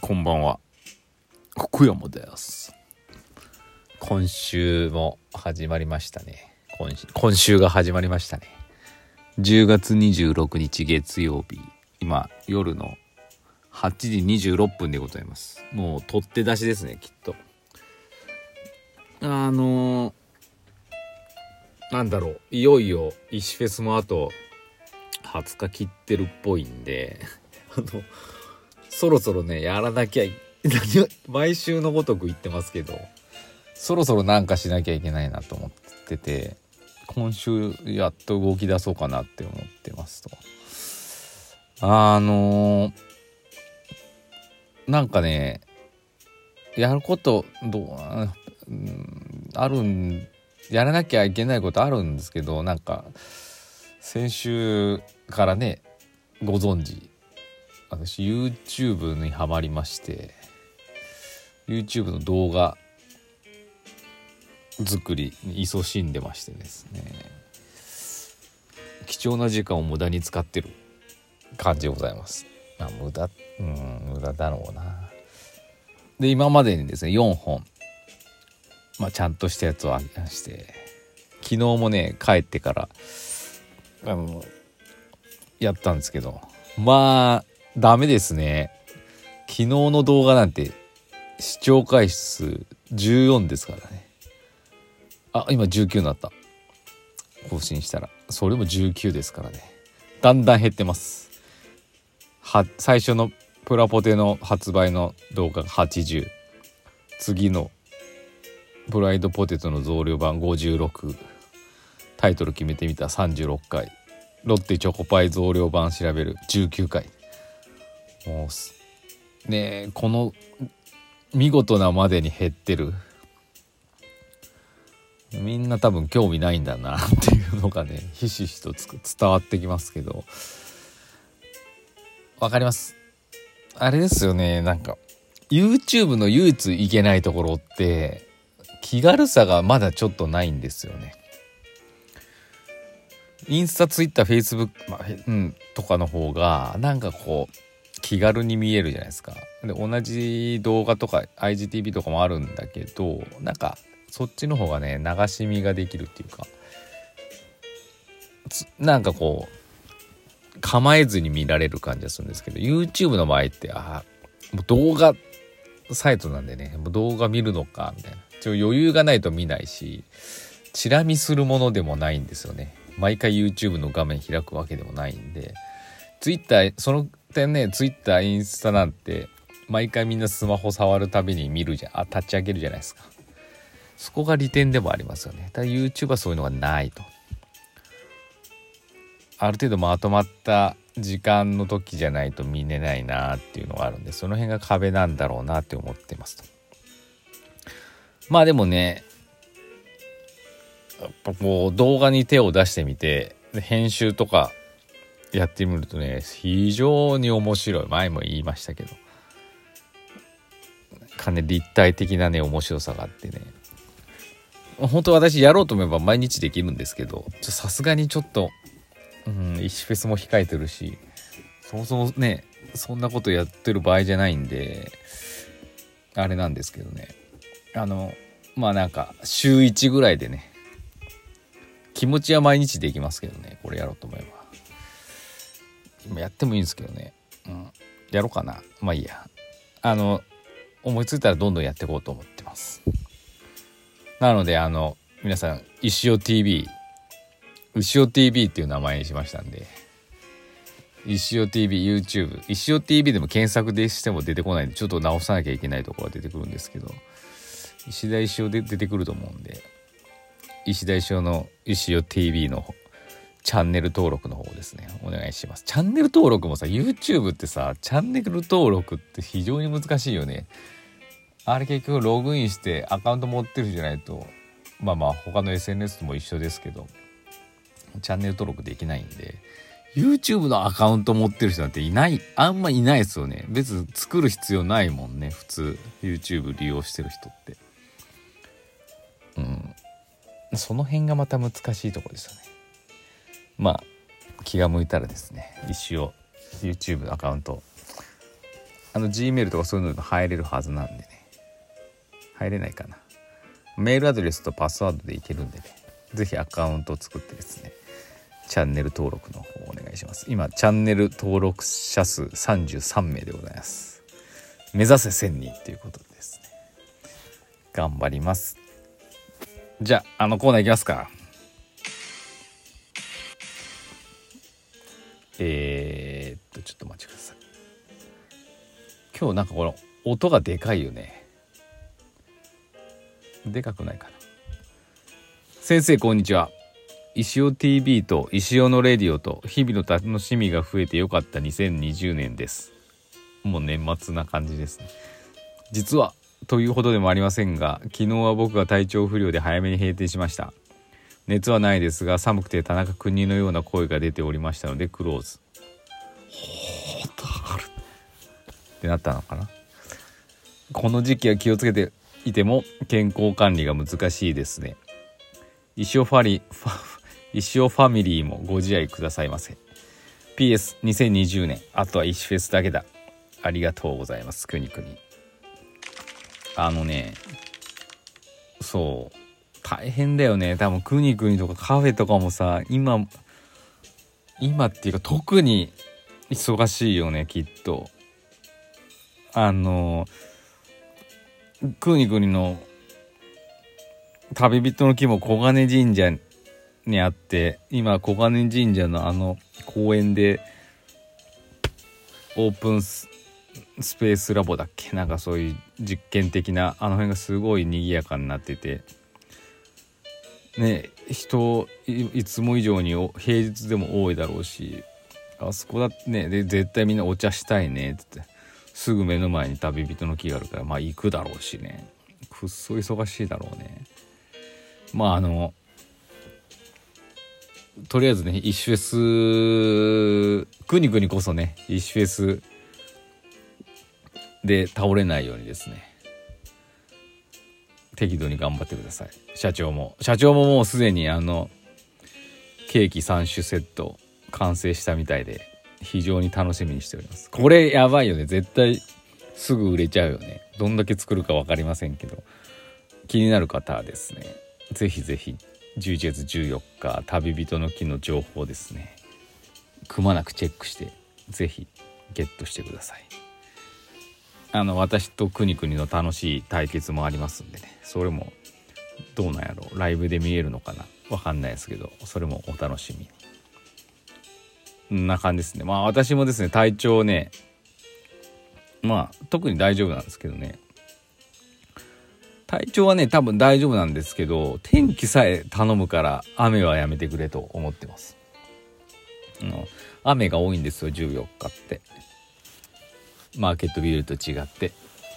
こんばんは、福山です。今週も始まりましたね。今週が始まりましたね。10月26日月曜日、今夜の8時26分でございます。もう取って出しですね、きっと。なんだろう、いよいよ石フェスもあと20日切ってるっぽいんでそろそろねやらなきゃ毎週のごとく言ってますけど、そろそろなんかしなきゃいけないなと思ってて、今週やっと動き出そうかなって思ってますと。なんかね、やることやらなきゃいけないことあるんですけど、なんか先週からね、ご存知、私 YouTube にハマりまして、 YouTube の動画作りに勤しんでましてですね、貴重な時間を無駄に使ってる感じでございます。無駄だろうな。で、今までにですね4本、ちゃんとしたやつをあげまして、昨日もね帰ってからやったんですけど、ダメですね。昨日の動画なんて視聴回数14ですからね。今19になった。更新したらそれも19ですからね。だんだん減ってます。最初のプラポテの発売の動画が80、次のプライドポテトの増量版56、タイトル決めてみた36回、ロッテチョコパイ増量版調べる19回。もうね、この見事なまでに減ってる。みんな多分興味ないんだなっていうのがね、ひしひしと伝わってきますけど、わかります。あれですよね、なんか YouTube の唯一いけないところって気軽さがまだちょっとないんですよね。インスタ、ツイッター、フェイスブック、とかの方がなんかこう気軽に見えるじゃないですか。で、同じ動画とか IGTV とかもあるんだけど、なんかそっちの方がね流し見ができるっていうか、なんかこう構えずに見られる感じがするんですけど、 YouTube の場合ってもう動画サイトなんでね、もう動画見るのかみたいな、余裕がないと見ないし、チラ見するものでもないんですよね。毎回 YouTube の画面開くわけでもないんで、 Twitter、 その点ね、 Twitter、 インスタなんて毎回みんなスマホ触るたびに見る立ち上げるじゃないですか。そこが利点でもありますよね。ただ YouTube はそういうのがないと。ある程度まとまった時間の時じゃないと見れないなっていうのがあるんで、その辺が壁なんだろうなって思ってますと。でもね、やっぱこう動画に手を出してみて編集とかやってみるとね、非常に面白い。前も言いましたけど、立体的なね面白さがあってね、本当私やろうと思えば毎日できるんですけど、さすがにちょっと石フェスも控えてるし、そもそもねそんなことやってる場合じゃないんであれなんですけどね、なんか週1ぐらいでね、気持ちは毎日できますけどね、これやろうと思えば。今やってもいいんですけどね、やろうかな。いいや、思いついたらどんどんやっていこうと思ってます。なので皆さん、石尾 TV っていう名前にしましたんで、石尾 TV、 YouTube 石尾 TV でも検索でしても出てこないんで、ちょっと直さなきゃいけないところが出てくるんですけど、石田石尾で出てくると思うんで、石田石尾の石尾 TV のチャンネル登録の方ですね、お願いします。チャンネル登録もさ、 YouTube ってさ、チャンネル登録って非常に難しいよね。あれ結局ログインしてアカウント持ってるじゃないと、他の SNS とも一緒ですけどチャンネル登録できないんで、 YouTube のアカウント持ってる人なんてあんまいないですよね。別に作る必要ないもんね、普通 YouTube 利用してる人って。その辺がまた難しいところですよね。気が向いたらですね、一応 YouTube アカウント Gmail とかそういうので入れるはずなんでね。入れないかな。メールアドレスとパスワードでいけるんでね、ぜひアカウントを作ってですね、チャンネル登録の方お願いします。今チャンネル登録者数33名でございます。目指せ1000人ということでですね、頑張ります。じゃあコーナーいきますか。ちょっとお待ちください。今日なんかこの音がでかいよね。でかくないかな。先生こんにちは。石尾 TV と石尾のレディオと日々の楽しみが増えてよかった2020年です。もう年末な感じですね。実はというほどでもありませんが、昨日は僕が体調不良で早めに閉店しました。熱はないですが寒くて田中邦のような声が出ておりましたのでクローズ。ほーとあるってなったのかな。この時期は気をつけていても健康管理が難しいですね。石尾ファミリーもご自愛くださいませ。 PS2020 年あとは石フェスだけだ。ありがとうございます。くにくに。そう大変だよね。多分くにくにとかカフェとかもさ、今っていうか特に忙しいよねきっと。くにくにの旅人の木も小金神社にあって、今小金神社の公園でオープンスペースラボだっけ、なんかそういう実験的な辺がすごい賑やかになっててね、人 いつも以上に平日でも多いだろうし、あそこだってね、で絶対みんなお茶したいねってすぐ目の前に旅人の木があるから、まあ行くだろうしね、くっそ忙しいだろうね。まあとりあえずね、石フェスくにくにこそね、石フェスで倒れないようにですね、適度に頑張ってください。社長ももうすでにケーキ3種セット完成したみたいで非常に楽しみにしております。これやばいよね。絶対すぐ売れちゃうよね。どんだけ作るか分かりませんけど、気になる方はですね、ぜひぜひ11月14日旅人の木の情報ですね、くまなくチェックしてぜひゲットしてください。私とくにくにの楽しい対決もありますんでね、それもどうなんやろう、ライブで見えるのかな、わかんないですけど、それもお楽しみに。な感じですね。まあ私もですね、体調ね、まあ特に大丈夫なんですけどね、体調はね多分大丈夫なんですけど、天気さえ頼むから雨はやめてくれと思ってます。雨が多いんですよ14日って、マーケットビルと違って。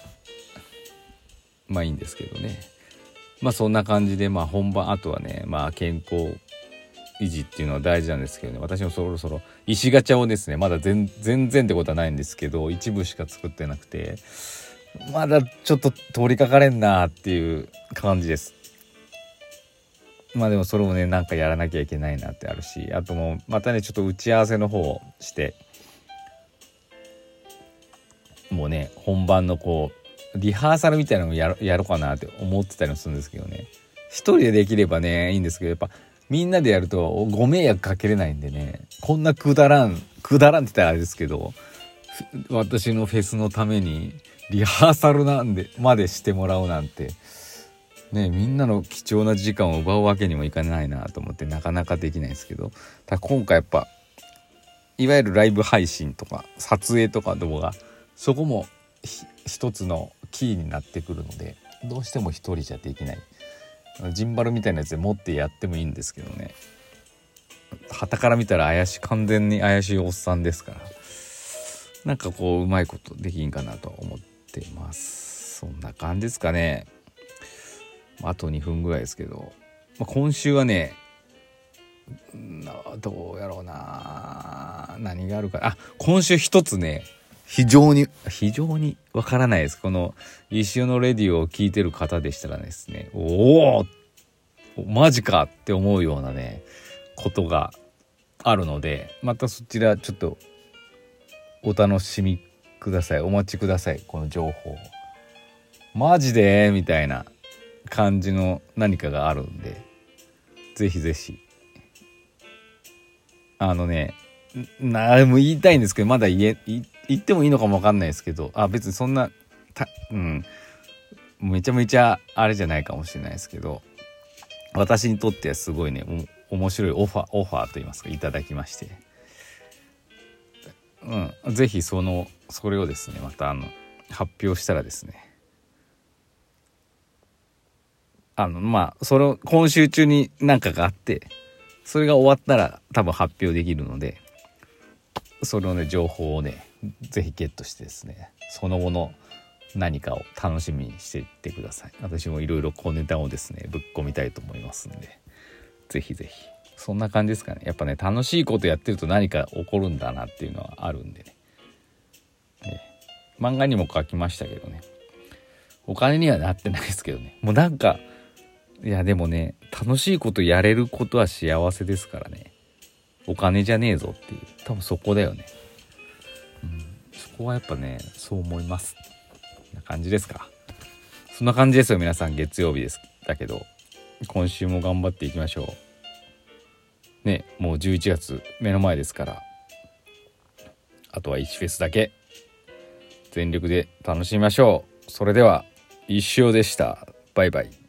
まあいいんですけどね。まあそんな感じで、まあ本番、あとはね、まあ健康維持っていうのは大事なんですけどね、私もそろそろ石ガチャをですね、まだ全然ってことはないんですけど、一部しか作ってなくて、まだちょっと通りかかれんなっていう感じです。まあでもそれもね、なんかやらなきゃいけないなってあるし、あともうまたね、ちょっと打ち合わせの方をしてもうね、本番のこうリハーサルみたいなのをやろうかなって思ってたりもするんですけどね、一人でできればねいいんですけど、やっぱみんなでやるとご迷惑かけれないんでね、こんなくだらんって言ったらあれですけど、私のフェスのためにリハーサルなんでまでしてもらうなんてね、みんなの貴重な時間を奪うわけにもいかないなと思ってなかなかできないんですけど、今回やっぱいわゆるライブ配信とか撮影とか動画、そこも一つのキーになってくるので、どうしても一人じゃできない。ジンバルみたいなやつで持ってやってもいいんですけどね、傍から見たら完全に怪しいおっさんですから、なんかこううまいことできんかなと思ってます。そんな感じですかね。あと2分ぐらいですけど、今週はね、どうやろうな、何があるか。今週一つね、非常にわからないです。この石尾のレディオを聞いてる方でしたらですね、おおマジかって思うようなねことがあるので、またそちらちょっとお楽しみください。お待ちください。この情報。マジでみたいな感じの何かがあるんで、ぜひぜひ。もう言いたいんですけど、まだ言ってもいいのかもわかんないですけど、別にそんな、めちゃめちゃあれじゃないかもしれないですけど、私にとってはすごいね、面白いオファーと言いますか、いただきまして、ぜひそれをですね、また発表したらですね、それを今週中に何かがあって、それが終わったら多分発表できるので、それのね情報をねぜひゲットしてですね、その後の何かを楽しみにしていってください。私もいろいろ小ネタをですねぶっ込みたいと思いますんで、ぜひぜひ。そんな感じですかね。やっぱね、楽しいことやってると何か起こるんだなっていうのはあるんでね。漫画にも書きましたけどね、お金にはなってないですけどね、もうなんか、いやでもね、楽しいことやれることは幸せですからね。お金じゃねえぞっていう、多分そこだよね。そこはやっぱね、そう思います。こんな感じですか。そんな感じですよ皆さん。月曜日ですだけど、今週も頑張っていきましょうね。もう11月目の前ですから、あとは1フェスだけ全力で楽しみましょう。それでは一生でした。バイバイ。